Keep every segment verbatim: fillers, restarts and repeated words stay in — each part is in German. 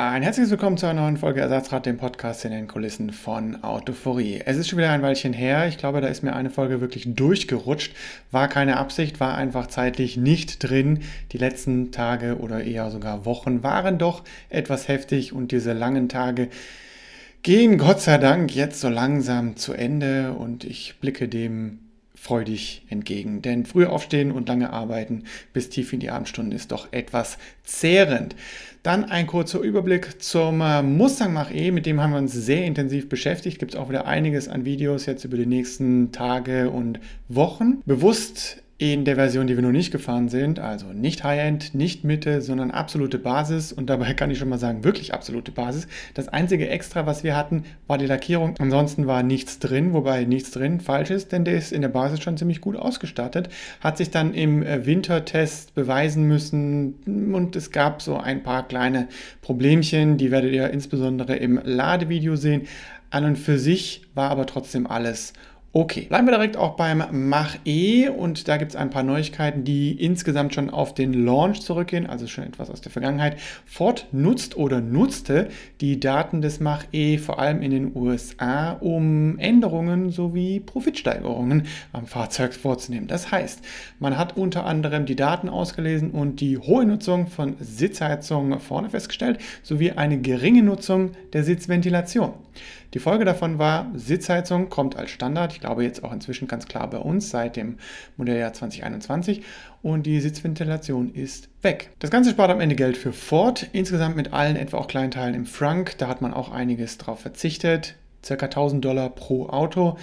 Ein herzliches Willkommen zu einer neuen Folge Ersatzrad, dem Podcast in den Kulissen von Autoforie. Es ist schon wieder ein Weilchen her. Ich glaube, da ist mir eine Folge wirklich durchgerutscht. War keine Absicht, war einfach zeitlich nicht drin. Die letzten Tage oder eher sogar Wochen waren doch etwas heftig und diese langen Tage gehen Gott sei Dank jetzt so langsam zu Ende und ich blicke dem freudig entgegen. Denn früh aufstehen und lange arbeiten bis tief in die Abendstunden ist doch etwas zehrend. Dann ein kurzer Überblick zum Mustang Mach-E, mit dem haben wir uns sehr intensiv beschäftigt. Gibt es auch wieder einiges an Videos jetzt über die nächsten Tage und Wochen. Bewusst in der Version, die wir noch nicht gefahren sind, also nicht High-End, nicht Mitte, sondern absolute Basis und dabei kann ich schon mal sagen, wirklich absolute Basis. Das einzige Extra, was wir hatten, war die Lackierung. Ansonsten war nichts drin, wobei nichts drin falsch ist, denn der ist in der Basis schon ziemlich gut ausgestattet, hat sich dann im Wintertest beweisen müssen und es gab so ein paar kleine Problemchen, die werdet ihr insbesondere im Ladevideo sehen. An und für sich war aber trotzdem alles okay, bleiben wir direkt auch beim Mach-E und da gibt es ein paar Neuigkeiten, die insgesamt schon auf den Launch zurückgehen, also schon etwas aus der Vergangenheit. Ford nutzt oder nutzte die Daten des Mach-E vor allem in den U S A, um Änderungen sowie Profitsteigerungen am Fahrzeug vorzunehmen. Das heißt, man hat unter anderem die Daten ausgelesen und die hohe Nutzung von Sitzheizung vorne festgestellt, sowie eine geringe Nutzung der Sitzventilation. Die Folge davon war, Sitzheizung kommt als Standard, ich glaube jetzt auch inzwischen ganz klar bei uns seit dem Modelljahr zwanzig einundzwanzig und die Sitzventilation ist weg. Das Ganze spart am Ende Geld für Ford, insgesamt mit allen etwa auch Kleinteilen im Frunk, da hat man auch einiges drauf verzichtet, ca. tausend Dollar pro Auto.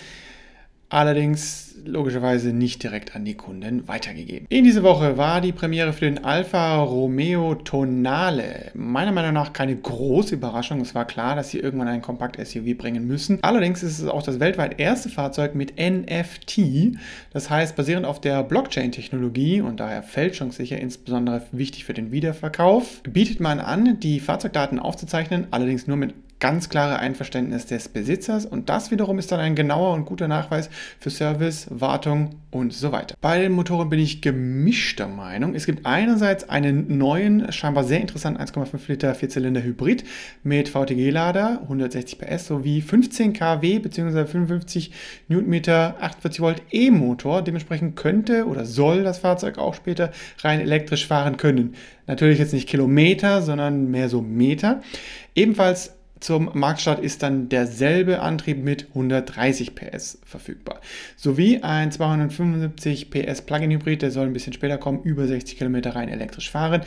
Allerdings logischerweise nicht direkt an die Kunden weitergegeben. In dieser Woche war die Premiere für den Alfa Romeo Tonale. Meiner Meinung nach keine große Überraschung. Es war klar, dass sie irgendwann einen Kompakt-S U V bringen müssen. Allerdings ist es auch das weltweit erste Fahrzeug mit N F T. Das heißt, basierend auf der Blockchain-Technologie und daher fälschungssicher, insbesondere wichtig für den Wiederverkauf, bietet man an, die Fahrzeugdaten aufzuzeichnen, allerdings nur mit ganz klare Einverständnis des Besitzers und das wiederum ist dann ein genauer und guter Nachweis für Service, Wartung und so weiter. Bei den Motoren bin ich gemischter Meinung. Es gibt einerseits einen neuen, scheinbar sehr interessanten eins Komma fünf Liter Vierzylinder Hybrid mit V T G-Lader, hundertsechzig P S sowie fünfzehn Kilowatt bzw. fünfundfünfzig Newtonmeter achtundvierzig Volt E-Motor. Dementsprechend könnte oder soll das Fahrzeug auch später rein elektrisch fahren können. Natürlich jetzt nicht Kilometer, sondern mehr so Meter. Ebenfalls zum Marktstart ist dann derselbe Antrieb mit hundertdreißig P S verfügbar. Sowie ein zweihundertfünfundsiebzig P S Plug-in-Hybrid, der soll ein bisschen später kommen, über sechzig Kilometer rein elektrisch fahren.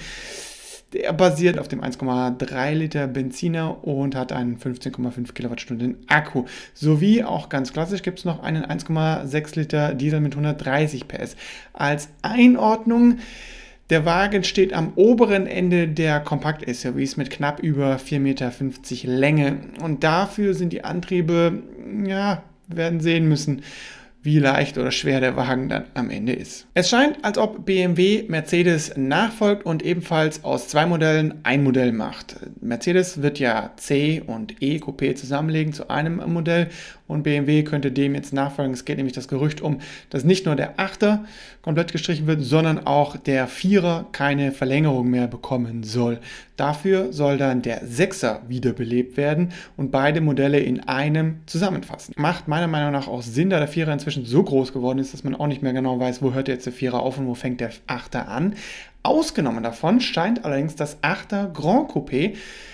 Der basiert auf dem eins Komma drei Liter Benziner und hat einen fünfzehn Komma fünf Kilowattstunden Akku. Sowie auch ganz klassisch gibt es noch einen eins Komma sechs Liter Diesel mit hundertdreißig P S. Als Einordnung: Der Wagen steht am oberen Ende der Kompakt-S U Vs mit knapp über vier Komma fünfzig Meter Länge. Und dafür sind die Antriebe, ja, werden sehen müssen, wie leicht oder schwer der Wagen dann am Ende ist. Es scheint, als ob B M W Mercedes nachfolgt und ebenfalls aus zwei Modellen ein Modell macht. Mercedes wird ja C und E Coupé zusammenlegen zu einem Modell und B M W könnte dem jetzt nachfolgen. Es geht nämlich das Gerücht um, dass nicht nur der Achter komplett gestrichen wird, sondern auch der Vierer keine Verlängerung mehr bekommen soll. Dafür soll dann der Sechser wiederbelebt werden und beide Modelle in einem zusammenfassen. Macht meiner Meinung nach auch Sinn, da der Vierer inzwischen so groß geworden ist, dass man auch nicht mehr genau weiß, wo hört jetzt der Vierer auf und wo fängt der Achter an. Ausgenommen davon scheint allerdings das Achter Grand Coupé,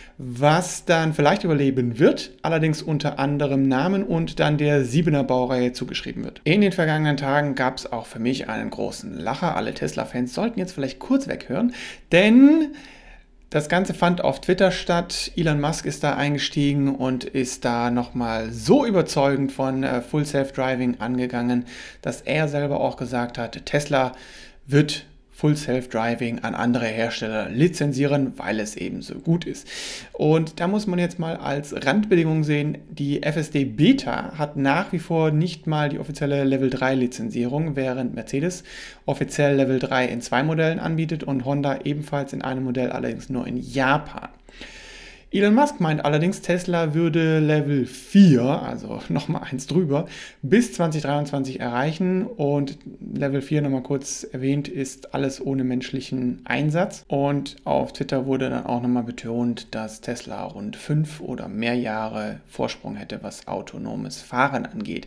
was dann vielleicht überleben wird, allerdings unter anderem Namen und dann der Siebener Baureihe zugeschrieben wird. In den vergangenen Tagen gab es auch für mich einen großen Lacher. Alle Tesla-Fans sollten jetzt vielleicht kurz weghören, denn das Ganze fand auf Twitter statt. Elon Musk ist da eingestiegen und ist da nochmal so überzeugend von äh, Full Self-Driving angegangen, dass er selber auch gesagt hat, Tesla wird Full Self-Driving an andere Hersteller lizenzieren, weil es eben so gut ist. Und da muss man jetzt mal als Randbedingung sehen, die F S D Beta hat nach wie vor nicht mal die offizielle Level drei Lizenzierung, während Mercedes offiziell Level drei in zwei Modellen anbietet und Honda ebenfalls in einem Modell, allerdings nur in Japan. Elon Musk meint allerdings, Tesla würde Level vier, also nochmal eins drüber, bis zwanzig dreiundzwanzig erreichen. Und Level vier, nochmal kurz erwähnt, ist alles ohne menschlichen Einsatz. Und auf Twitter wurde dann auch nochmal betont, dass Tesla rund fünf oder mehr Jahre Vorsprung hätte, was autonomes Fahren angeht.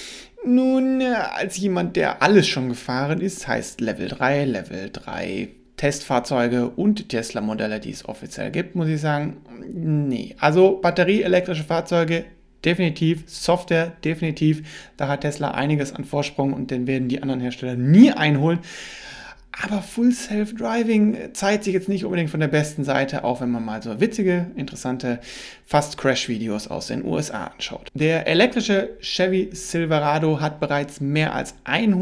Nun, als jemand, der alles schon gefahren ist, heißt Level drei, Level drei Testfahrzeuge und Tesla-Modelle, die es offiziell gibt, muss ich sagen, nee. Also batterieelektrische Fahrzeuge definitiv, Software definitiv, da hat Tesla einiges an Vorsprung und den werden die anderen Hersteller nie einholen. Aber Full Self-Driving zeigt sich jetzt nicht unbedingt von der besten Seite, auch wenn man mal so witzige, interessante Fast-Crash-Videos aus den U S A anschaut. Der elektrische Chevy Silverado hat bereits mehr als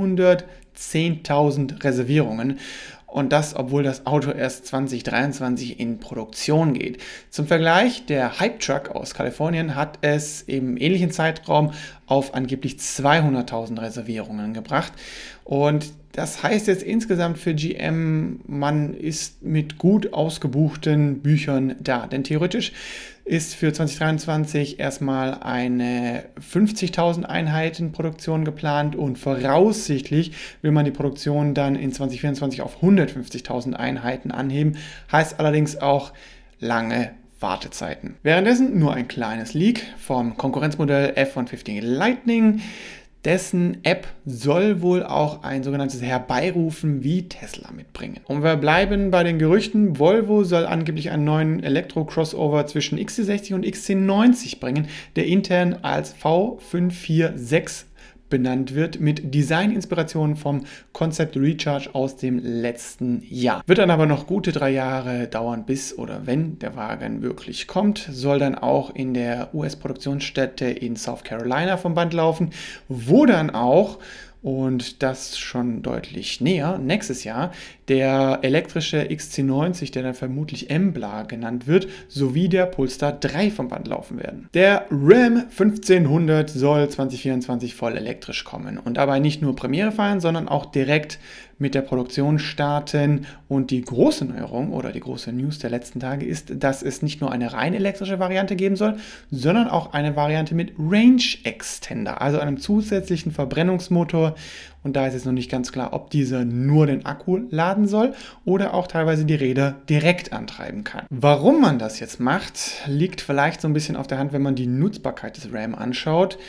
hundertzehntausend Reservierungen. Und das, obwohl das Auto erst zwanzig dreiundzwanzig in Produktion geht. Zum Vergleich, der Hype-Truck aus Kalifornien hat es im ähnlichen Zeitraum auf angeblich zweihunderttausend Reservierungen gebracht. Und das heißt jetzt insgesamt für G M, man ist mit gut ausgebuchten Büchern da. Denn theoretisch ist für zwanzig dreiundzwanzig erstmal eine fünfzigtausend Einheiten Produktion geplant und voraussichtlich will man die Produktion dann in zwanzig vierundzwanzig auf hundertfünfzigtausend Einheiten anheben. Heißt allerdings auch lange Wartezeiten. Währenddessen nur ein kleines Leak vom Konkurrenzmodell F hundertfünfzig Lightning. Dessen App soll wohl auch ein sogenanntes Herbeirufen wie Tesla mitbringen. Und wir bleiben bei den Gerüchten. Volvo soll angeblich einen neuen Elektro-Crossover zwischen X C sechzig und X C neunzig bringen, der intern als V fünf vier sechs benannt wird, mit Design-Inspirationen vom Concept Recharge aus dem letzten Jahr. Wird dann aber noch gute drei Jahre dauern, bis oder wenn der Wagen wirklich kommt. Soll dann auch in der U S-Produktionsstätte in South Carolina vom Band laufen, wo dann auch, und das schon deutlich näher, nächstes Jahr, der elektrische X C neunzig, der dann vermutlich Embla genannt wird, sowie der Polestar drei vom Band laufen werden. Der Ram fünfzehnhundert soll zwanzig vierundzwanzig voll elektrisch kommen und dabei nicht nur Premiere feiern, sondern auch direkt mit der Produktion starten. Und die große Neuerung oder die große News der letzten Tage ist, dass es nicht nur eine rein elektrische Variante geben soll, sondern auch eine Variante mit Range Extender, also einem zusätzlichen Verbrennungsmotor. Und da ist es noch nicht ganz klar, ob dieser nur den Akku laden soll oder auch teilweise die Räder direkt antreiben kann. Warum man das jetzt macht, liegt vielleicht so ein bisschen auf der Hand, wenn man die Nutzbarkeit des Ram anschaut.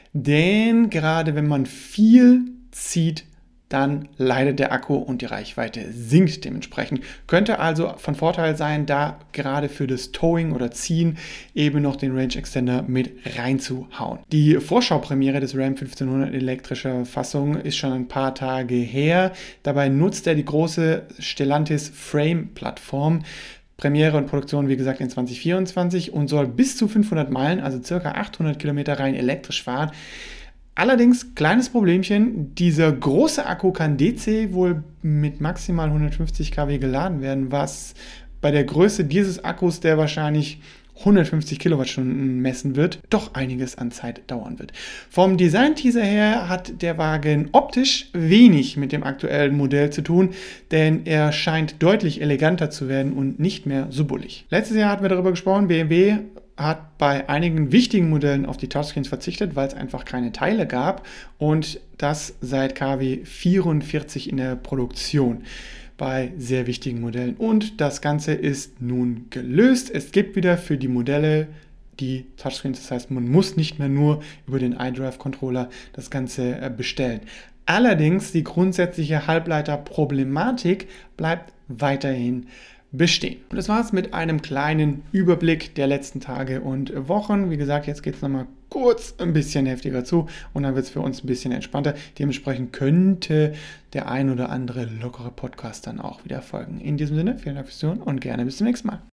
Denn gerade wenn man viel zieht, dann leidet der Akku und die Reichweite sinkt dementsprechend. Könnte also von Vorteil sein, da gerade für das Towing oder Ziehen eben noch den Range Extender mit reinzuhauen. Die Vorschaupremiere des Ram fünfzehnhundert elektrischer Fassung ist schon ein paar Tage her. Dabei nutzt er die große Stellantis Frame-Plattform. Premiere und Produktion, wie gesagt, in zwanzig vierundzwanzig und soll bis zu fünfhundert Meilen, also ca. achthundert Kilometer rein elektrisch fahren. Allerdings, kleines Problemchen, dieser große Akku kann D C wohl mit maximal hundertfünfzig Kilowatt geladen werden, was bei der Größe dieses Akkus, der wahrscheinlich hundertfünfzig Kilowattstunden messen wird, doch einiges an Zeit dauern wird. Vom Design-Teaser her hat der Wagen optisch wenig mit dem aktuellen Modell zu tun, denn er scheint deutlich eleganter zu werden und nicht mehr so bullig. Letztes Jahr hatten wir darüber gesprochen, B M W hat bei einigen wichtigen Modellen auf die Touchscreens verzichtet, weil es einfach keine Teile gab und das seit K W vierundvierzig in der Produktion bei sehr wichtigen Modellen. Und das Ganze ist nun gelöst. Es gibt wieder für die Modelle die Touchscreens, das heißt, man muss nicht mehr nur über den iDrive-Controller das Ganze bestellen. Allerdings die grundsätzliche Halbleiterproblematik bleibt weiterhin bestehen. Und das war's mit einem kleinen Überblick der letzten Tage und Wochen. Wie gesagt, jetzt geht es nochmal kurz ein bisschen heftiger zu und dann wird es für uns ein bisschen entspannter. Dementsprechend könnte der ein oder andere lockere Podcast dann auch wieder folgen. In diesem Sinne, vielen Dank fürs Zuhören und gerne bis zum nächsten Mal.